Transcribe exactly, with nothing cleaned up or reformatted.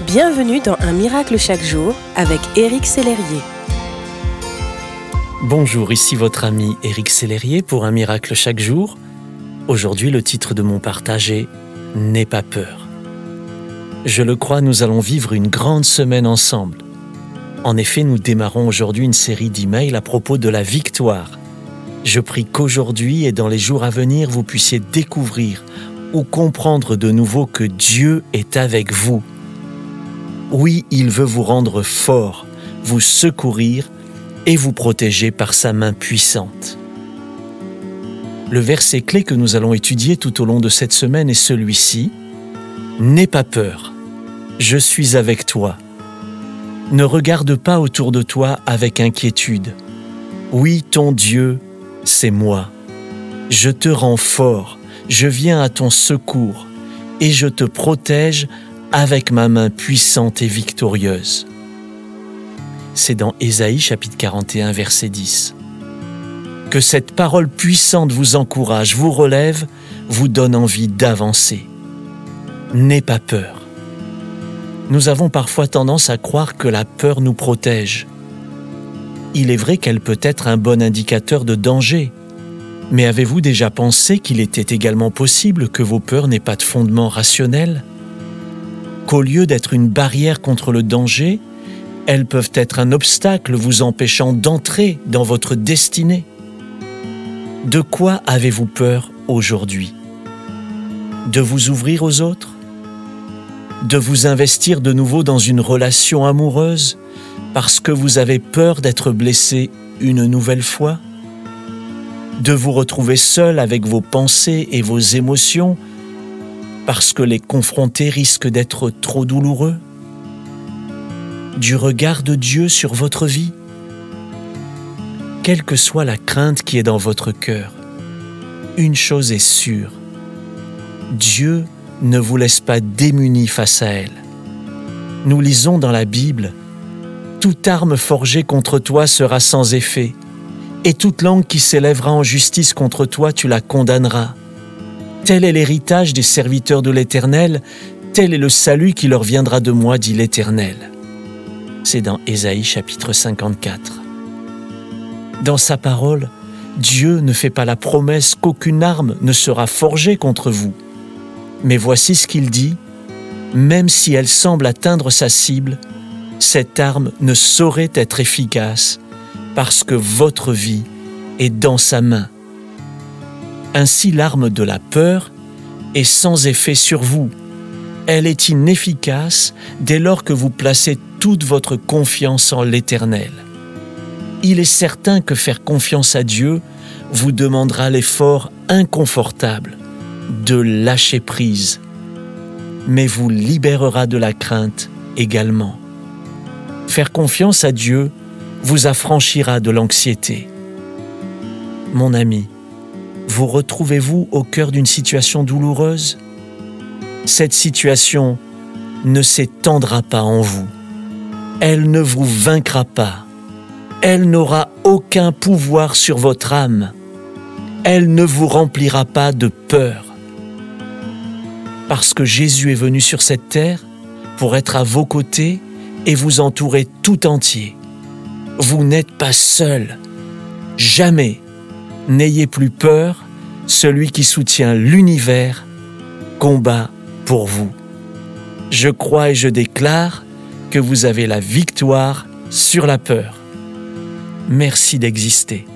Bienvenue dans Un miracle chaque jour avec Éric Sellerier. Bonjour, ici votre ami Éric Sellerier pour Un miracle chaque jour. Aujourd'hui, le titre de mon partage est « N'aie pas peur ». Je le crois, nous allons vivre une grande semaine ensemble. En effet, nous démarrons aujourd'hui une série d'emails à propos de la victoire. Je prie qu'aujourd'hui et dans les jours à venir, vous puissiez découvrir ou comprendre de nouveau que Dieu est avec vous. Oui, il veut vous rendre fort, vous secourir et vous protéger par sa main puissante. Le verset clé que nous allons étudier tout au long de cette semaine est celui-ci. « N'aie pas peur, je suis avec toi. Ne regarde pas autour de toi avec inquiétude. Oui, ton Dieu, c'est moi. Je te rends fort, je viens à ton secours et je te protège avec ma main puissante et victorieuse. » C'est dans Ésaïe chapitre quarante et un, verset dix. Que cette parole puissante vous encourage, vous relève, vous donne envie d'avancer. N'aie pas peur. Nous avons parfois tendance à croire que la peur nous protège. Il est vrai qu'elle peut être un bon indicateur de danger, mais avez-vous déjà pensé qu'il était également possible que vos peurs n'aient pas de fondement rationnel ? Qu'au lieu d'être une barrière contre le danger, elles peuvent être un obstacle vous empêchant d'entrer dans votre destinée. De quoi avez-vous peur aujourd'hui ? De vous ouvrir aux autres ? De vous investir de nouveau dans une relation amoureuse parce que vous avez peur d'être blessé une nouvelle fois ? De vous retrouver seul avec vos pensées et vos émotions parce que les confronter risque d'être trop douloureux? Du regard de Dieu sur votre vie? Quelle que soit la crainte qui est dans votre cœur, une chose est sûre, Dieu ne vous laisse pas démunis face à elle. Nous lisons dans la Bible, « Toute arme forgée contre toi sera sans effet, et toute langue qui s'élèvera en justice contre toi, tu la condamneras. Tel est l'héritage des serviteurs de l'Éternel, tel est le salut qui leur viendra de moi, dit l'Éternel. » C'est dans Ésaïe chapitre cinquante-quatre. Dans sa parole, Dieu ne fait pas la promesse qu'aucune arme ne sera forgée contre vous. Mais voici ce qu'il dit, « Même si elle semble atteindre sa cible, cette arme ne saurait être efficace parce que votre vie est dans sa main. » Ainsi, l'arme de la peur est sans effet sur vous. Elle est inefficace dès lors que vous placez toute votre confiance en l'Éternel. Il est certain que faire confiance à Dieu vous demandera l'effort inconfortable de lâcher prise, mais vous libérera de la crainte également. Faire confiance à Dieu vous affranchira de l'anxiété. Mon ami, vous retrouvez-vous au cœur d'une situation douloureuse? Cette situation ne s'étendra pas en vous. Elle ne vous vaincra pas. Elle n'aura aucun pouvoir sur votre âme. Elle ne vous remplira pas de peur. Parce que Jésus est venu sur cette terre pour être à vos côtés et vous entourer tout entier. Vous n'êtes pas seul. Jamais. N'ayez plus peur, celui qui soutient l'univers combat pour vous. Je crois et je déclare que vous avez la victoire sur la peur. Merci d'exister.